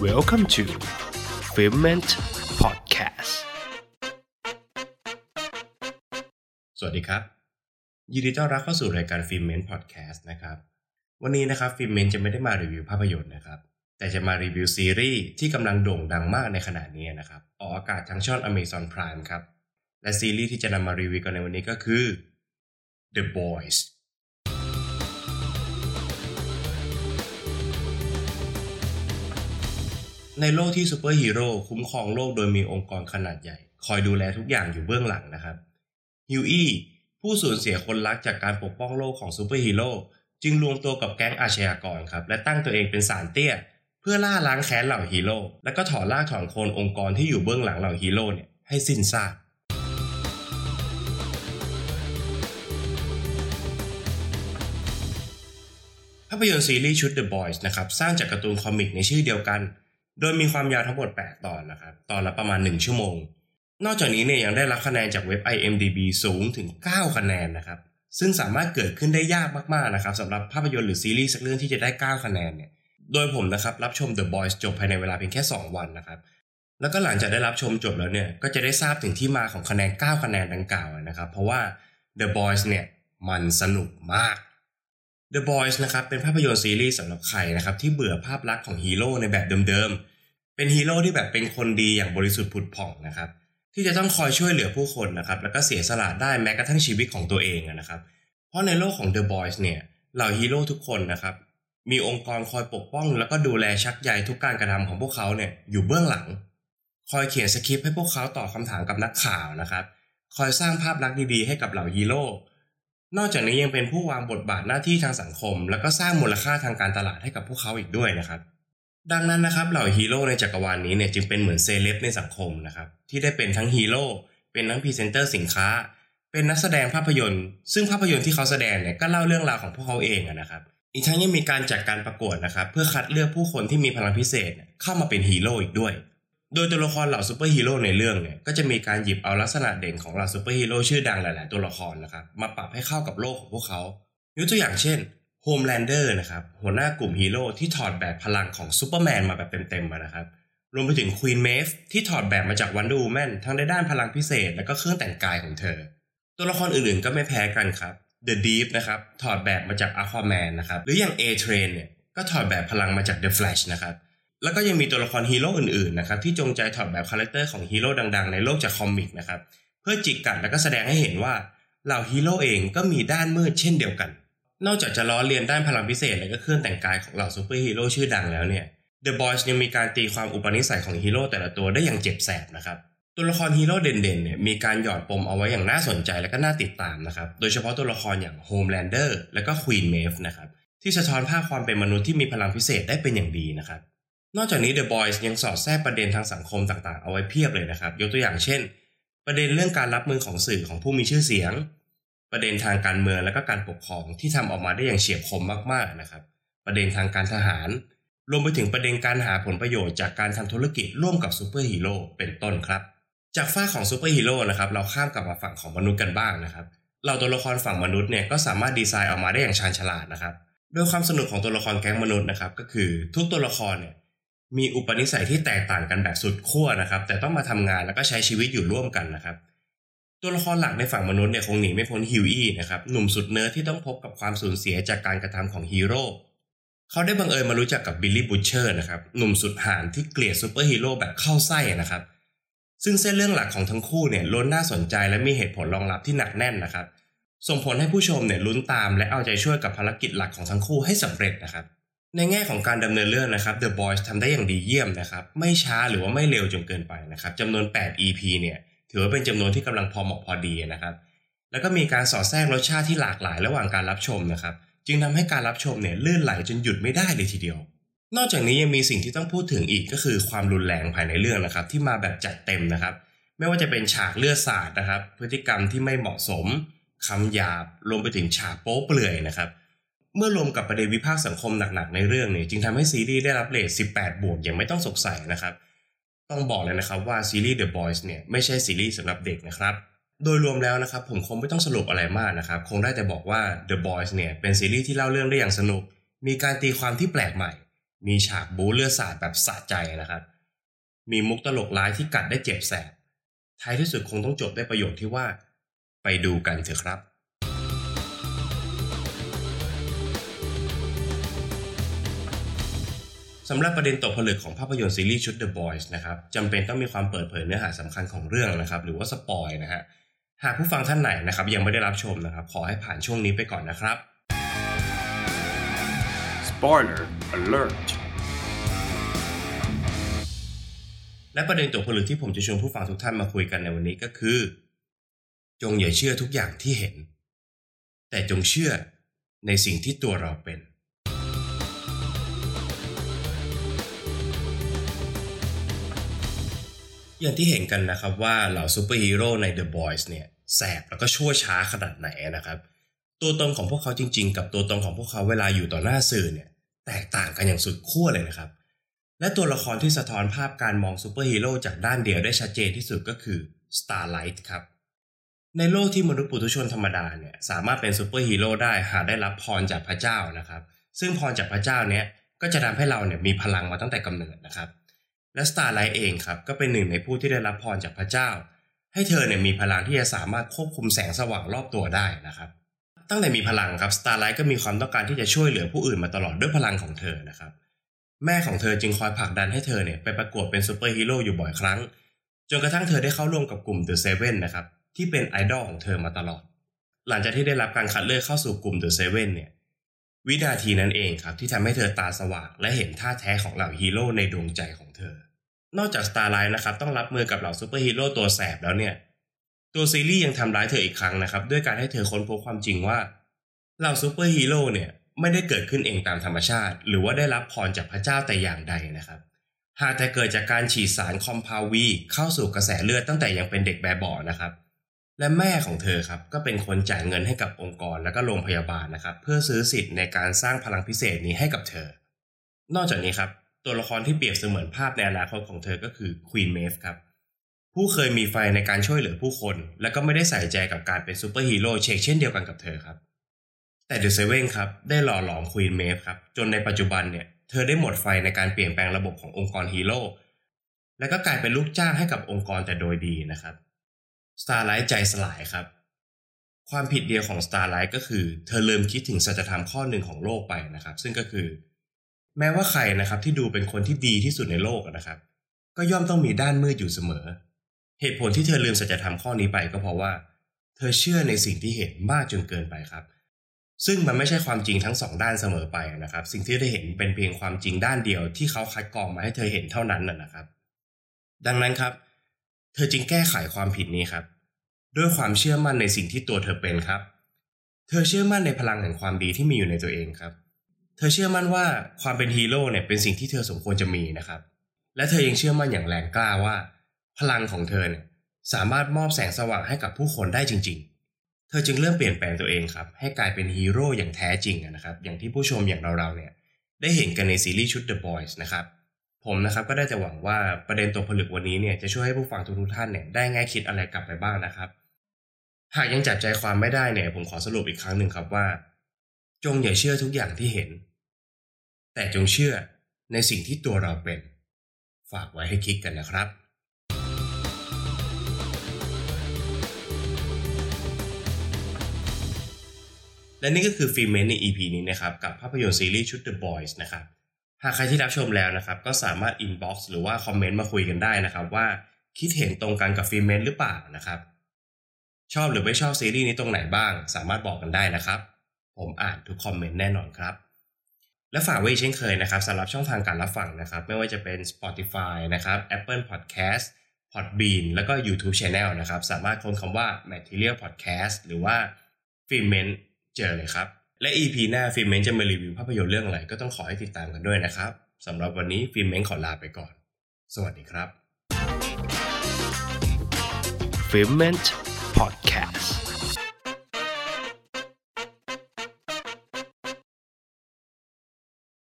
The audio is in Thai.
Welcome to Filament Podcast สวัสดีครับยินดีต้อนรับเข้าสู่รายการ Filament Podcast นะครับวันนี้นะครับ Filament จะไม่ได้มารีวิวภาพยนตร์นะครับแต่จะมารีวิวซีรีส์ที่กำลังโด่งดังมากในขณะนี้นะครับออกอากาศทางช่อง Amazon Prime ครับและซีรีส์ที่จะนำมารีวิวกันในวันนี้ก็คือ The Boysในโลกที่ซูเปอร์ฮีโร่คุ้มครองโลกโดยมีองค์กรขนาดใหญ่คอยดูแลทุกอย่างอยู่เบื้องหลังนะครับฮิวอี้ผู้สูญเสียคนรักจากการปกป้องโลกของซูเปอร์ฮีโร่จึงรวมตัวกับแก๊งอาชญากรครับและตั้งตัวเองเป็นศาลเตี้ยเพื่อล่าล้างแค้นเหล่าฮีโร่และก็ถอนรากถอนโคนองค์กรที่อยู่เบื้องหลังเหล่าฮีโร่เนี่ยให้สิ้นซากภาพยนตร์ซีรีส์ชุด The Boys นะครับสร้างจากการ์ตูนคอมิกในชื่อเดียวกันโดยมีความยาวทั้งหมด8ตอนนะครับตอนละประมาณ1ชั่วโมงนอกจากนี้เนี่ยยังได้รับคะแนนจากเว็บ IMDb สูงถึง9คะแนนนะครับซึ่งสามารถเกิดขึ้นได้ยากมากๆนะครับสำหรับภาพยนตร์หรือซีรีส์สักเรื่องที่จะได้9คะแนนเนี่ยโดยผมนะครับรับชม The Boys จบภายในเวลาเพียงแค่2วันนะครับแล้วก็หลังจากได้รับชมจบแล้วเนี่ยก็จะได้ทราบถึงที่มาของคะแนน9คะแนนดังกล่าวนะครับเพราะว่า The Boys เนี่ยมันสนุกมากThe Boys นะครับเป็นภาพยนตร์ซีรีส์สำหรับใครนะครับที่เบื่อภาพลักษณ์ของฮีโร่ในแบบเดิมๆเป็นฮีโร่ที่แบบเป็นคนดีอย่างบริสุทธิ์ผุดผ่องนะครับที่จะต้องคอยช่วยเหลือผู้คนนะครับแล้วก็เสียสละได้แม้กระทั่งชีวิตของตัวเองนะครับเพราะในโลกของ The Boys เนี่ยเหล่าฮีโร่ทุกคนนะครับมีองค์กรคอยปกป้องแล้วก็ดูแลชักใยทุกการกระทำของพวกเขาเนี่ยอยู่เบื้องหลังคอยเขียนสคริปต์ให้พวกเขาตอบคำถามกับนักข่าวนะครับคอยสร้างภาพลักษณ์ดีๆให้กับเหล่าฮีโร่นอกจากนี้ยังเป็นผู้วางบทบาทหน้าที่ทางสังคมแล้วก็สร้างมูลค่าทางการตลาดให้กับพวกเขาอีกด้วยนะครับดังนั้นนะครับเหล่าฮีโร่ในจักรวาลนี้เนี่ยจึงเป็นเหมือนเซเลบในสังคมนะครับที่ได้เป็นทั้งฮีโร่เป็นทั้งพรีเซนเตอร์สินค้าเป็นนักแสดงภาพยนตร์ซึ่งภาพยนตร์ที่เขาแสดงเนี่ยก็เล่าเรื่องราวของพวกเขาเองนะครับอีกทั้งยังมีการจัดการประกวดนะครับเพื่อคัดเลือกผู้คนที่มีพลังพิเศษเข้ามาเป็นฮีโร่อีกด้วยโดยตัวละครเหล่าซูเปอร์ฮีโร่ในเรื่องเนี่ยก็จะมีการหยิบเอาลักษณะเด่นของเหล่าซูเปอร์ฮีโร่ชื่อดังหลายๆตัวละครนะครับมาปรับให้เข้ากับโลกของพวกเขายกตัวอย่างเช่นโฮมแลนเดอร์นะครับหัวหน้ากลุ่มฮีโร่ที่ถอดแบบพลังของซูเปอร์แมนมาแบบเต็มๆนะครับรวมไปถึงควีนเมฟที่ถอดแบบมาจากวันเดอร์วูแมนทั้งในด้านพลังพิเศษและก็เครื่องแต่งกายของเธอตัวละครอื่นๆก็ไม่แพ้กันครับ The Deep นะครับถอดแบบมาจาก Aquaman นะครับหรืออย่าง A-Train เนี่ยก็ถอดแบบพลังมาจาก The Flash นะครับแล้วก็ยังมีตัวละครฮีโร่อื่นๆนะครับที่จงใจถอดแบบคาแรคเตอร์ของฮีโร่ดังๆในโลกจากคอมิกนะครับเพื่อจิกกัดและก็แสดงให้เห็นว่าเหล่าฮีโร่เองก็มีด้านมืดเช่นเดียวกันนอกจากจะล้อเลียนด้านพลังพิเศษและก็เครื่องแต่งกายของเหล่าซูเปอร์ฮีโร่ชื่อดังแล้วเนี่ย The Boys ยังมีการตีความอุปนิสัยของฮีโร่แต่ละตัวได้อย่างเจ็บแสบนะครับตัวละครฮีโร่เด่นๆเนี่ยมีการหยอดปมเอาไว้อย่างน่าสนใจและก็น่าติดตามนะครับโดยเฉพาะตัวละครอย่าง Homelander และก็ Queen Maeve นะครับที่สะท้อนภาพความเป็นมนุษย์ที่มีพลังพิเศษได้เป็นอย่างดีนะครับนอกจากนี้ The Boys ยังสอดแทรกประเด็นทางสังคมต่างๆเอาไว้เพียบเลยนะครับยกตัวอย่างเช่นประเด็นเรื่องการรับมือของสื่อของผู้มีชื่อเสียงประเด็นทางการเมืองและก็การปกครองที่ทำออกมาได้อย่างเฉียบคมมากๆนะครับประเด็นทางการทหารรวมไปถึงประเด็นการหาผลประโยชน์จากการทำธุรกิจร่วมกับซูเปอร์ฮีโร่เป็นต้นครับจากฝั่งของซูเปอร์ฮีโร่นะครับเราข้ามกลับมาฝั่งของมนุษย์กันบ้างนะครับเราตัวละครฝั่งมนุษย์เนี่ยก็สามารถดีไซน์ออกมาได้อย่างชาญฉลาดนะครับโดยความสนุกของตัวละครแก๊งมนุษย์นะครับก็คือทุกตัวละครเนี่ยมีอุปนิสัยที่แตกต่างกันแบบสุดขั้วนะครับแต่ต้องมาทำงานแล้วก็ใช้ชีวิตอยู่ร่วมกันนะครับตัวละครหลักในฝั่งมนุษย์เนี่ยคงหนีไม่พ้นฮิวอี้นะครับหนุ่มสุดเนิร์ดที่ต้องพบกับความสูญเสียจากการกระทำของฮีโร่เขาได้บังเอิญมารู้จักกับบิลลี่บูชเชอร์นะครับหนุ่มสุดห่ามที่เกลียดซูเปอร์ฮีโร่แบบเข้าไส้นะครับซึ่งเส้นเรื่องหลักของทั้งคู่เนี่ยล้วนน่าสนใจและมีเหตุผลรองรับที่หนักแน่นนะครับส่งผลให้ผู้ชมเนี่ยลุ้นตามและเอาใจช่วยกับภารกิจหลักของทั้งคู่ให้สำเร็จนะครับในแง่ของการดำเนินเรื่องนะครับ The Boys ทำได้อย่างดีเยี่ยมนะครับไม่ช้าหรือว่าไม่เร็วจนเกินไปนะครับจำนวน8 EP เนี่ยถือว่าเป็นจำนวนที่กำลังพอเหมาะพอดีนะครับแล้วก็มีการสอดแทรกรสชาติที่หลากหลายระหว่างการรับชมนะครับจึงทำให้การรับชมเนี่ยลื่นไหลจนหยุดไม่ได้เลยทีเดียวนอกจากนี้ยังมีสิ่งที่ต้องพูดถึงอีกก็คือความรุนแรงภายในเรื่องนะครับที่มาแบบจัดเต็มนะครับไม่ว่าจะเป็นฉากเลือดสาดนะครับพฤติกรรมที่ไม่เหมาะสมคำหยาบรวมไปถึงฉากโป๊เปลือยนะครับเมื่อรวมกับประเด็นวิพากษ์สังคมหนักๆในเรื่องเนี่ยจึงทำให้ซีรีส์ได้รับเรท18 บวกอย่างไม่ต้องสงสัยนะครับต้องบอกเลยนะครับว่าซีรีส์ The Boys เนี่ยไม่ใช่ซีรีส์สำหรับเด็กนะครับโดยรวมแล้วนะครับผมคงไม่ต้องสรุปอะไรมากนะครับคงได้แต่บอกว่า The Boys เนี่ยเป็นซีรีส์ที่เล่าเรื่องได้อย่างสนุกมีการตีความที่แปลกใหม่มีฉากบู๊เลือดสาดแบบสะใจนะครับมีมุกตลกร้ายที่กัดได้เจ็บแสบท้ายที่สุดคงต้องจบด้วยประโยคที่ว่าไปดูกันเถอะครับสำหรับประเด็นตกผลึกของภาพยนตร์ซีรีส์ชุด The Boys นะครับจำเป็นต้องมีความเปิดเผยเนื้อหาสำคัญของเรื่องนะครับหรือว่าสปอยนะฮะหากผู้ฟังท่านไหนนะครับยังไม่ได้รับชมนะครับขอให้ผ่านช่วงนี้ไปก่อนนะครับ Spoiler alert และประเด็นตกผลึกที่ผมจะชวนผู้ฟังทุกท่านมาคุยกันในวันนี้ก็คือจงอย่าเชื่อทุกอย่างที่เห็นแต่จงเชื่อในสิ่งที่ตัวเราเป็นอย่างที่เห็นกันนะครับว่าเหล่าซูเปอร์ฮีโร่ใน The Boys เนี่ยแสบแล้วก็ชั่วช้าขนาดไหนนะครับตัวตนของพวกเขาจริงๆกับตัวตนของพวกเขาเวลาอยู่ต่อหน้าสื่อเนี่ยแตกต่างกันอย่างสุดขั้วเลยนะครับและตัวละครที่สะท้อนภาพการมองซูเปอร์ฮีโร่จากด้านเดียวได้ชัดเจนที่สุดก็คือ Starlight ครับในโลกที่มนุษย์ปุถุชนธรรมดาเนี่ยสามารถเป็นซูเปอร์ฮีโร่ได้หากได้รับพรจากพระเจ้านะครับซึ่งพรจากพระเจ้าเนี้ยก็จะทำให้เราเนี่ยมีพลังมาตั้งแต่กำเนิดนะครับและ Starlight เองครับก็เป็นหนึ่งในผู้ที่ได้รับพรจากพระเจ้าให้เธอเนี่ยมีพลังที่จะสามารถควบคุมแสงสว่างรอบตัวได้นะครับตั้งแต่มีพลังครับ Starlight ก็มีความต้องการที่จะช่วยเหลือผู้อื่นมาตลอดด้วยพลังของเธอนะครับแม่ของเธอจึงคอยผลักดันให้เธอเนี่ยไปประกวดเป็นซูเปอร์ฮีโร่อยู่บ่อยครั้งจนกระทั่งเธอได้เข้าร่วมกับกลุ่ม The Seven นะครับที่เป็นไอดอลของเธอมาตลอดหลังจากที่ได้รับการคัดเลือกเข้าสู่กลุ่ม The Seven เนี่ยวินาทีนั้นเองครับที่ทำให้เธอตาสว่างและเห็นท่าแท้ของเหล่าฮีโร่ในดวงใจของเธอนอกจาก Starlight นะครับต้องรับมือกับเหล่าซูเปอร์ฮีโร่ตัวแสบแล้วเนี่ยตัวซีรีส์ยังทำร้ายเธออีกครั้งนะครับด้วยการให้เธอค้นพบความจริงว่าเหล่าซูเปอร์ฮีโร่เนี่ยไม่ได้เกิดขึ้นเองตามธรรมชาติหรือว่าได้รับพรจากพระเจ้าแต่อย่างใดนะครับหากแต่เกิดจากการฉีดสารคอมพาววีเข้าสู่กระแสเลือดตั้งแต่ยังเป็นเด็กแบบเบาะนะครับและแม่ของเธอครับก็เป็นคนจ่ายเงินให้กับองค์กรและก็โรงพยาบาลนะครับเพื่อซื้อสิทธิ์ในการสร้างพลังพิเศษนี้ให้กับเธอนอกจากนี้ครับตัวละครที่เปรียบเสมือนภาพในอนาคตของเธอก็คือ Queen Maeve ครับผู้เคยมีไฟในการช่วยเหลือผู้คนและก็ไม่ได้ใส่ใจกับการเป็นซูเปอร์ฮีโร่เช่นเดียวกันกับเธอครับแต่ The Seven ครับได้หล่อหลอม Queen Maeve ครับจนในปัจจุบันเนี่ยเธอได้หมดไฟในการเปลี่ยนแปลงระบบขององค์กรฮีโร่และก็กลายเป็นลูกจ้างให้กับองค์กรแต่โดยดีนะครับ Starlight ใจสลายครับความผิดเดียวของ Starlight ก็คือเธอลืมคิดถึงสัจธรรมข้อหนึ่งของโลกไปนะครับซึ่งก็คือแม้ว่าใครนะครับที่ดูเป็นคนที่ดีที่สุดในโลกนะครับก็ย่อมต้องมีด้านมืดอยู่เสมอเหตุผลที่เธอลืมสัจธรรมข้อนี้ไปก็เพราะว่าเธอเชื่อในสิ่งที่เห็นมากจนเกินไปครับซึ่งมันไม่ใช่ความจริงทั้งสองด้านเสมอไปนะครับสิ่งที่ได้เห็นเป็นเพียงความจริงด้านเดียวที่เขาคัดกรองมาให้เธอเห็นเท่านั้นนะครับดังนั้นครับเธอจึงแก้ไขความผิดนี้ครับด้วยความเชื่อมั่นในสิ่งที่ตัวเธอเป็นครับเธอเชื่อมั่นในพลังแห่งความดีที่มีอยู่ในตัวเองครับเธอเชื่อมั่นว่าความเป็นฮีโร่เนี่ยเป็นสิ่งที่เธอสมควรจะมีนะครับและเธอยังเชื่อมั่นอย่างแรงกล้าว่าพลังของเธอเนี่ยสามารถมอบแสงสว่างให้กับผู้คนได้จริงๆเธอจึงเริ่มเปลี่ยนแปลงตัวเองครับให้กลายเป็นฮีโร่อย่างแท้จริงนะครับอย่างที่ผู้ชมอย่างเราเนี่ยได้เห็นกันในซีรีส์ชุด The Boys นะครับผมนะครับก็ได้แต่หวังว่าประเด็นตกผลึกวันนี้เนี่ยจะช่วยให้ผู้ฟังทุกท่านเนี่ยได้แง่คิดอะไรกลับไปบ้างนะครับหากยังจับใจความไม่ได้เนี่ยผมขอสรุปอีกครั้งหนึ่งครับว่าจงอย่าเชื่อทุกอย่างที่เห็นแต่จงเชื่อในสิ่งที่ตัวเราเป็นฝากไว้ให้คิดกันนะครับและนี่ก็คือฟิล์มเมนต์ใน EP นี้นะครับกับภาพยนตร์ซีรีส์ชุด The Boys นะครับหากใครที่รับชมแล้วนะครับก็สามารถ inbox หรือว่าคอมเมนต์มาคุยกันได้นะครับว่าคิดเห็นตรงกันกับฟิล์มเมนต์หรือเปล่านะครับชอบหรือไม่ชอบซีรีส์นี้ตรงไหนบ้างสามารถบอกกันได้นะครับผมอ่านทุกคอมเมนต์แน่นอนครับและฝากไว้เช่นเคยนะครับสำหรับช่องทางการรับฟังนะครับไม่ว่าจะเป็น Spotify นะครับ Apple Podcast Podbean แล้วก็ YouTube Channel นะครับสามารถค้นคำว่า Material Podcast หรือว่า Filmment เจอเลยครับและ EP หน้า Filmment จะมารีวิวภาพยนตร์เรื่องอะไรก็ต้องขอให้ติดตามกันด้วยนะครับสำหรับวันนี้ Filmment ขอลาไปก่อนสวัสดีครับ Filmment Podcast